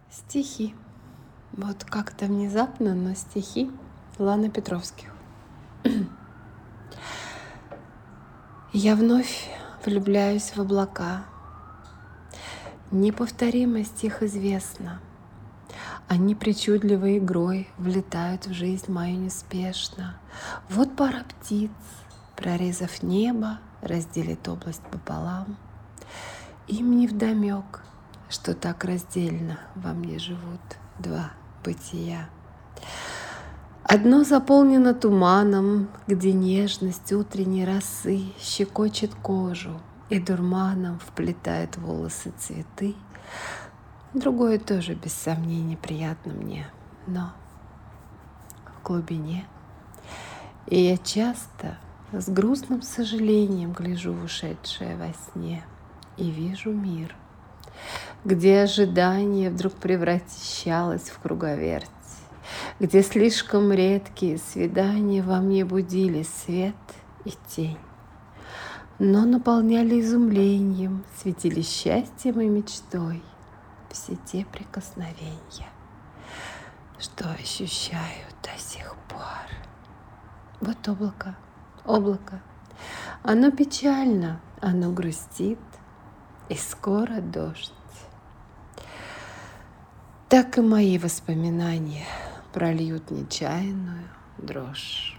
Стихи. Вот как-то внезапно, но стихи Ланы Петровских. Я вновь влюбляюсь в облака. Неповторимость их известна. Они причудливой игрой влетают в жизнь мою неспешно. Вот пара птиц, прорезав небо, разделит область пополам. Им невдомек, что так раздельно во мне живут два бытия. Одно заполнено туманом, где нежность утренней росы щекочет кожу и дурманом вплетает в волосы цветы. Другое тоже, без сомнений, приятно мне, но в глубине. И я часто с грустным сожалением гляжу в ушедшее во сне и вижу мир, где ожидание вдруг превращалось в круговерть, где слишком редкие свидания во мне будили свет и тень, но наполняли изумлением, светили счастьем и мечтой все те прикосновения, что ощущаю до сих пор. Вот облако, облако, оно печально, оно грустит, и скоро дождь. Так и мои воспоминания прольют нечаянную дрожь.